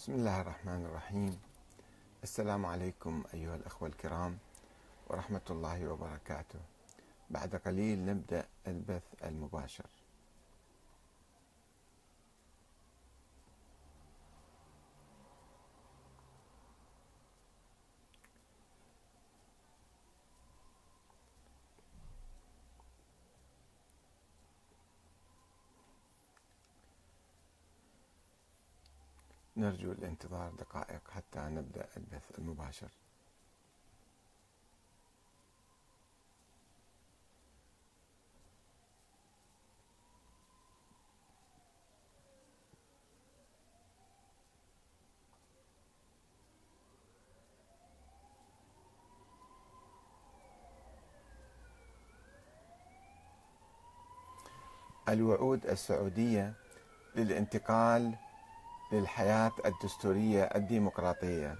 بسم الله الرحمن الرحيم. السلام عليكم أيها الأخوة الكرام ورحمة الله وبركاته. بعد قليل نبدأ البث المباشر. نرجو الانتظار دقائق حتى نبدأ البث المباشر. الوعود السعودية للانتقال للحياة الدستورية الديمقراطية.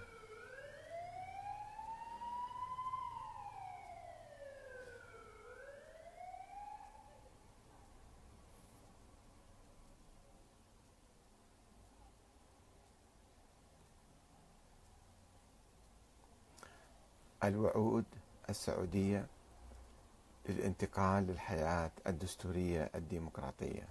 الوعود السعودية للانتقال للحياة الدستورية الديمقراطية.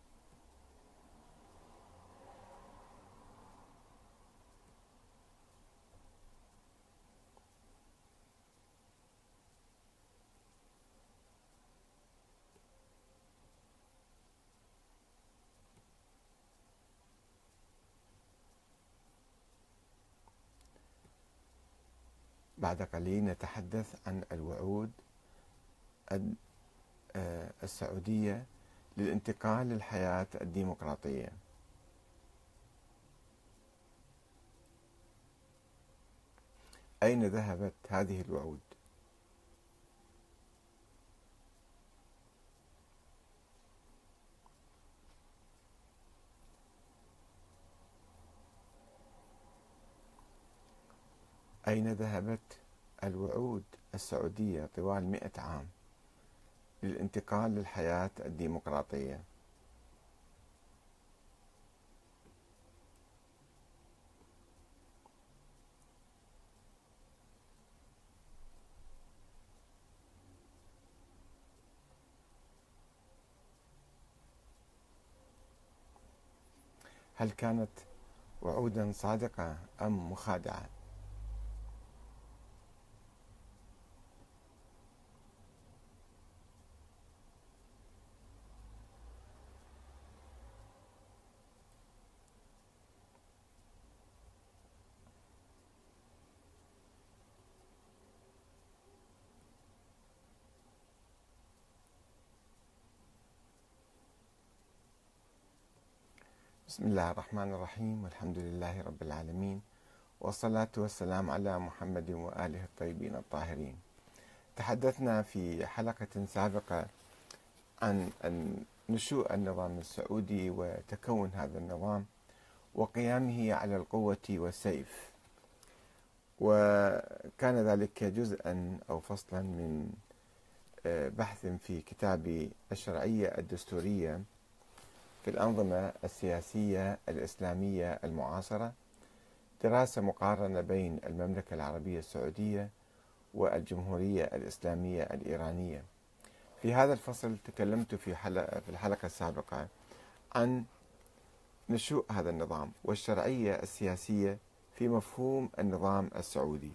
بعد قليل نتحدث عن الوعود السعودية للانتقال للحياة الديمقراطية. أين ذهبت هذه الوعود؟ أين ذهبت الوعود السعودية طوال 100 عام للانتقال للحياة الديمقراطية؟ هل كانت وعودا صادقة أم مخادعة؟ بسم الله الرحمن الرحيم، والحمد لله رب العالمين، والصلاة والسلام على محمد وآله الطيبين الطاهرين. تحدثنا في حلقة سابقة عن نشوء النظام السعودي وتكون هذا النظام وقيامه على القوة والسيف، وكان ذلك جزءا أو فصلا من بحث في كتاب الشرعية الدستورية في الأنظمة السياسية الإسلامية المعاصرة، دراسة مقارنة بين المملكة العربية السعودية والجمهورية الإسلامية الإيرانية. في هذا الفصل تكلمت في الحلقة السابقة عن نشوء هذا النظام والشرعية السياسية في مفهوم النظام السعودي،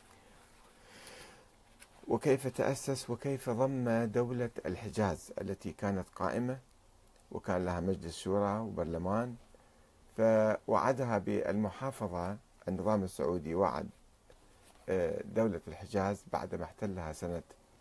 وكيف تأسس وكيف ضم دولة الحجاز التي كانت قائمة وكان لها مجلس شورى وبرلمان، فوعدها بالمحافظة. النظام السعودي وعد دولة الحجاز بعدما احتلها سنة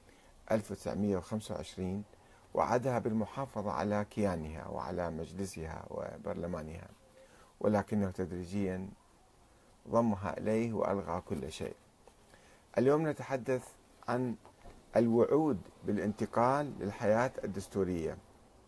1925، وعدها بالمحافظة على كيانها وعلى مجلسها وبرلمانها، ولكنه تدريجيا ضمها إليه وألغى كل شيء. اليوم نتحدث عن الوعود بالانتقال للحياة الدستورية.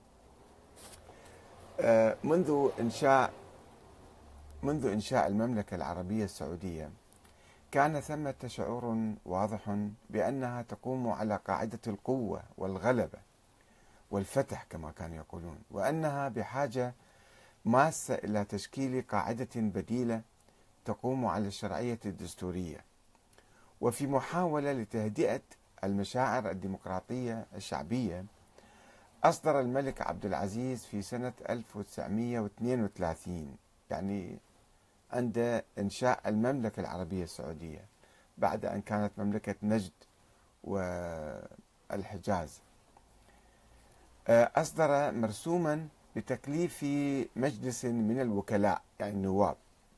منذ إنشاء المملكة العربية السعودية كان ثمة شعور واضح بأنها تقوم على قاعدة القوة والغلبة والفتح كما كانوا يقولون، وأنها بحاجة ماسة إلى تشكيل قاعدة بديلة تقوم على الشرعية الدستورية، وفي محاولة لتهدئة المشاعر الديمقراطية الشعبية أصدر الملك عبد العزيز في سنة 1932، يعني عند إنشاء المملكة العربية السعودية بعد أن كانت مملكة نجد والحجاز، أصدر مرسوما بتكليف مجلس من الوكلاء يعني النواب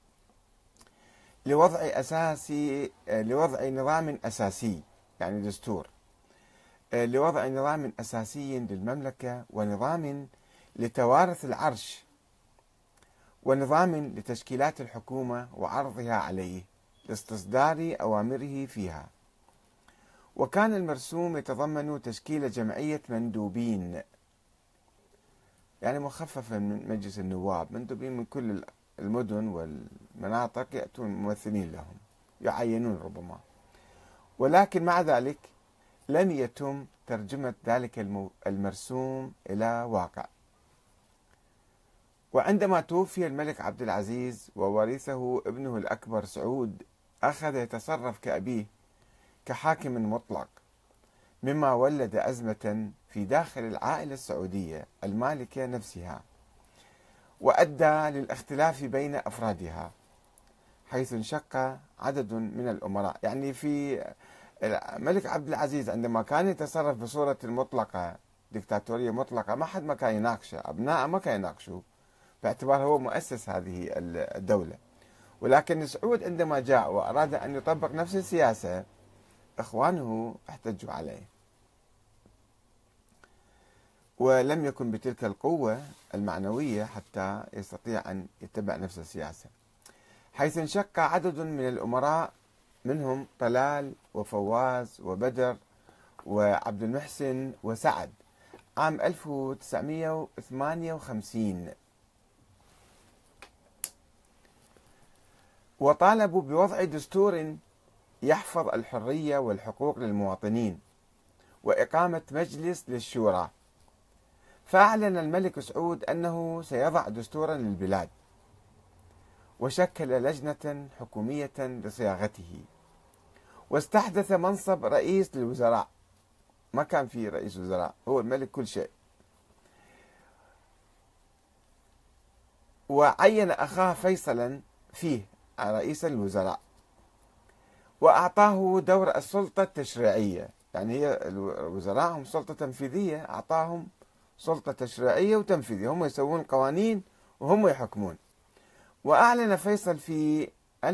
لوضع نظام أساسي يعني دستور، لوضع نظام أساسي للمملكة ونظام لتوارث العرش ونظام لتشكيلات الحكومة وعرضها عليه لاستصدار أوامره فيها. وكان المرسوم يتضمن تشكيل جمعية مندوبين يعني مخففة من مجلس النواب، مندوبين من كل المدن والمناطق يأتون ممثلين لهم يعينون ربما، ولكن مع ذلك لم يتم ترجمة ذلك المرسوم إلى واقع. وعندما توفي الملك عبد العزيز وورثه ابنه الأكبر سعود، أخذ يتصرف كأبيه كحاكم مطلق، مما ولد أزمة في داخل العائلة السعودية المالكة نفسها، وأدى للاختلاف بين أفرادها، حيث انشق عدد من الأمراء. يعني في الملك عبد العزيز عندما كان يتصرف بصورة مطلقة ديكتاتورية مطلقة ما حد ما كان يناقشه، أبناءه ما كان يناقشوه باعتبار هو مؤسس هذه الدولة. ولكن سعود عندما جاء وأراد أن يطبق نفس السياسة إخوانه احتجوا عليه، ولم يكن بتلك القوة المعنوية حتى يستطيع أن يتبع نفس السياسة، حيث انشق عدد من الأمراء منهم طلال وفواز وبدر وعبد المحسن وسعد عام 1958، وطالبوا بوضع دستور يحفظ الحرية والحقوق للمواطنين وإقامة مجلس للشورى. فأعلن الملك سعود أنه سيضع دستورا للبلاد، وشكل لجنة حكومية لصياغته، واستحدث منصب رئيس للوزراء. ما كان في رئيس وزراء، هو الملك كل شيء. وعين أخاه فيصلا فيه رئيسا للوزراء، وأعطاه دور السلطة التشريعية، يعني هي الوزراء هم سلطة تنفيذية، أعطاهم سلطة تشريعية وتنفيذية، هم يسوون قوانين وهم يحكمون. وأعلن فيصل في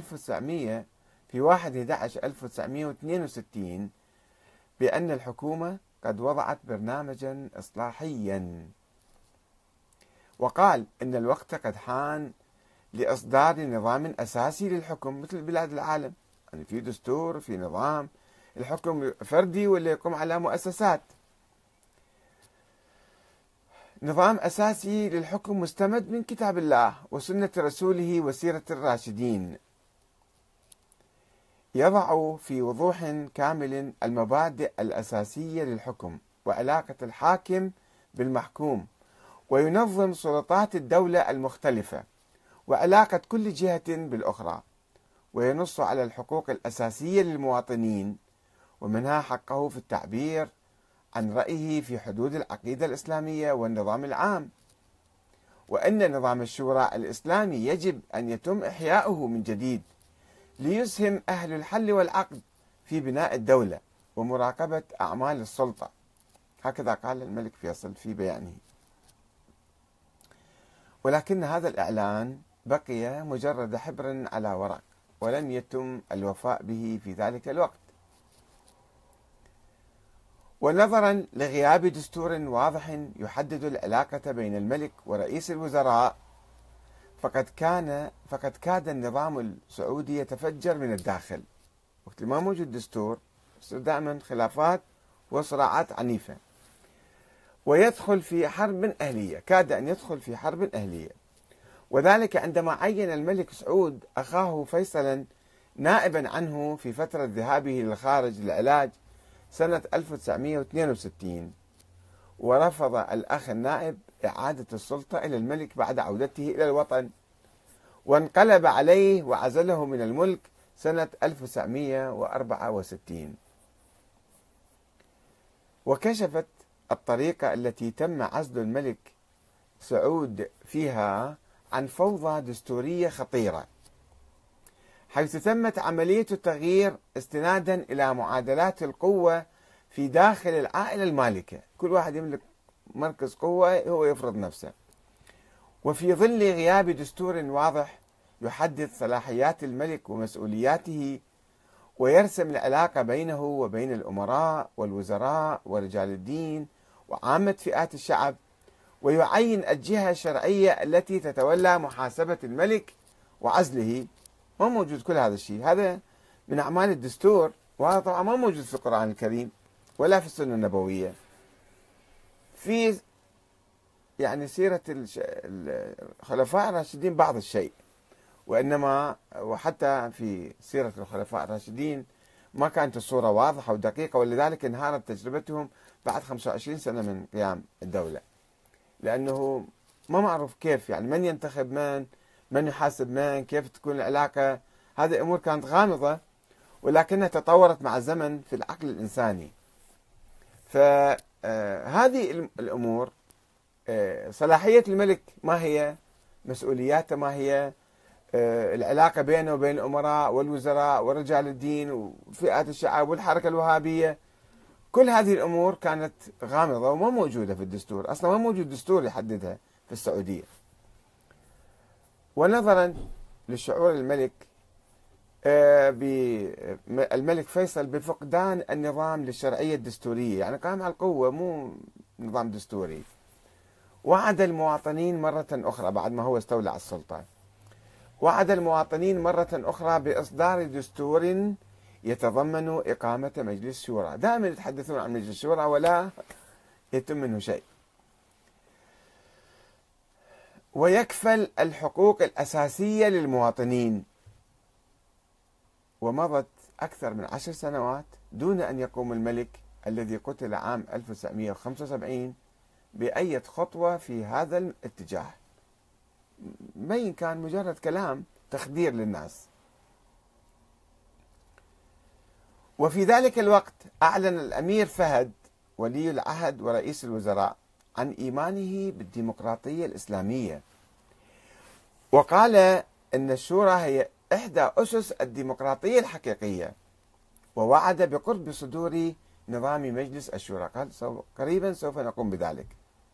1/11/1962 بأن الحكومة قد وضعت برنامجا إصلاحيا، وقال إن الوقت قد حان لإصدار نظام أساسي للحكم مثل بلاد العالم، يعني في دستور، في نظام، الحكم فردي ولا يقوم على مؤسسات. نظام أساسي للحكم مستمد من كتاب الله وسنة رسوله وسيرة الراشدين، يضع في وضوح كامل المبادئ الأساسية للحكم وعلاقة الحاكم بالمحكوم، وينظم سلطات الدولة المختلفة وعلاقة كل جهة بالأخرى، وينص على الحقوق الأساسية للمواطنين، ومنها حقه في التعبير عن رأيه في حدود العقيدة الإسلامية والنظام العام، وأن نظام الشورى الإسلامي يجب أن يتم إحياؤه من جديد ليسهم أهل الحل والعقد في بناء الدولة ومراقبة أعمال السلطة. هكذا قال الملك فيصل في بيانه. ولكن هذا الإعلان بقي مجرد حبر على ورق، ولم يتم الوفاء به في ذلك الوقت. ونظرا لغياب دستور واضح يحدد العلاقة بين الملك ورئيس الوزراء، فقد كاد النظام السعودي يتفجر من الداخل. وقت ما موجود دستور يصير دائما خلافات وصراعات عنيفة، ويدخل في حرب أهلية، كاد أن يدخل في حرب أهلية. وذلك عندما عين الملك سعود أخاه فيصلا نائبا عنه في فترة ذهابه للخارج للعلاج سنة 1962، ورفض الأخ النائب إعادة السلطة إلى الملك بعد عودته إلى الوطن، وانقلب عليه وعزله من الملك سنة 1964. وكشفت الطريقة التي تم عزل الملك سعود فيها عن فوضى دستورية خطيرة، حيث تمت عملية التغيير استنادا إلى معادلات القوة في داخل العائلة المالكة، كل واحد يملك مركز قوة هو يفرض نفسه، وفي ظل غياب دستور واضح يحدد صلاحيات الملك ومسؤولياته، ويرسم العلاقة بينه وبين الأمراء والوزراء ورجال الدين وعامة فئات الشعب، ويعين الجهة الشرعية التي تتولى محاسبة الملك وعزله. ما موجود كل هذا الشيء، هذا من أعمال الدستور، وهذا طبعا ما موجود في القرآن الكريم ولا في السنة النبوية. في يعني سيرة الخلفاء الراشدين بعض الشيء، وإنما وحتى في سيرة الخلفاء الراشدين ما كانت الصورة واضحة ودقيقة، ولذلك انهارت تجربتهم بعد 25 سنة من قيام الدولة، لأنه ما معروف كيف يعني من ينتخب من يحاسب من، كيف تكون العلاقة. هذه أمور كانت غامضة ولكنها تطورت مع الزمن في العقل الإنساني. فهذه الأمور، صلاحية الملك ما هي، مسؤولياته ما هي، العلاقة بينه وبين الأمراء والوزراء ورجال الدين وفئات الشعب والحركة الوهابية، كل هذه الأمور كانت غامضة وما موجودة في الدستور، أصلا ما موجود دستور يحددها في السعودية. ونظرا لشعور الملك فيصل بفقدان النظام للشرعية الدستورية، يعني قام على القوة مو نظام دستوري، وعد المواطنين مرة أخرى بعد ما هو استولى على السلطة، وعد المواطنين مرة أخرى بإصدار دستور يتضمن إقامة مجلس شورى. دائما يتحدثون عن مجلس شورى ولا يتم منه شيء، ويكفل الحقوق الأساسية للمواطنين. ومضت أكثر من 10 سنوات دون أن يقوم الملك الذي قتل عام 1975 بأي خطوة في هذا الاتجاه. مين كان مجرد كلام تخدير للناس. وفي ذلك الوقت أعلن الأمير فهد ولي العهد ورئيس الوزراء عن إيمانه بالديمقراطية الإسلامية، وقال أن الشورى هي إحدى أسس الديمقراطية الحقيقية، ووعد بقرب صدور نظام مجلس الشورى، قال قريبا سوف نقوم بذلك.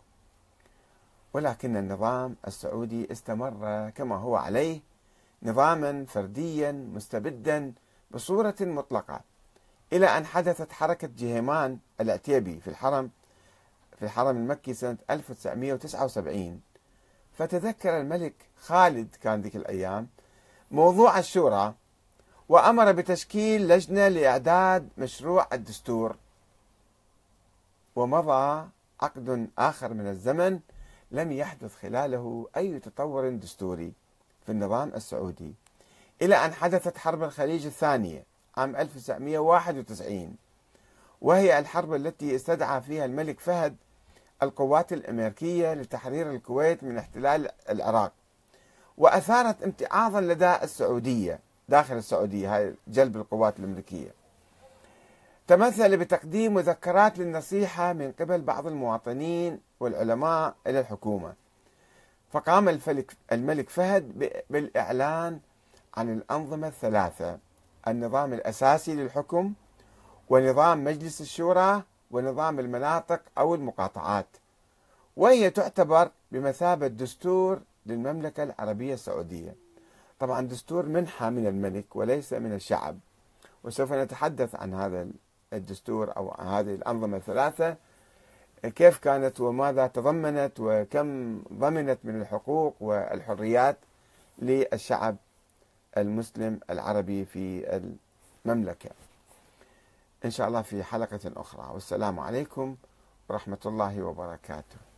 ولكن النظام السعودي استمر كما هو عليه، نظاما فرديا مستبدا بصورة مطلقة، إلى أن حدثت حركة جهيمان العتيبي في الحرم المكي سنة 1979. فتذكر الملك خالد كان ذيك الأيام موضوع الشورى، وأمر بتشكيل لجنة لإعداد مشروع الدستور. ومضى عقد آخر من الزمن لم يحدث خلاله أي تطور دستوري في النظام السعودي، إلى أن حدثت حرب الخليج الثانية عام 1991، وهي الحرب التي استدعى فيها الملك فهد القوات الأمريكية لتحرير الكويت من احتلال العراق، وأثارت امتعاضا لدى السعودية داخل السعودية، هاي جلب القوات الأمريكية. تمثل بتقديم مذكرات للنصيحة من قبل بعض المواطنين والعلماء إلى الحكومة. فقام الملك فهد بالإعلان عن الأنظمة الثلاثة: النظام الأساسي للحكم، ونظام مجلس الشورى، ونظام المناطق أو المقاطعات، وهي تعتبر بمثابة دستور للمملكة العربية السعودية. طبعا دستور منحة من الملك وليس من الشعب، وسوف نتحدث عن هذا الدستور أو هذه الأنظمة الثلاثة كيف كانت وماذا تضمنت وكم ضمنت من الحقوق والحريات للشعب المسلم العربي في المملكة، إن شاء الله في حلقة أخرى. والسلام عليكم ورحمة الله وبركاته.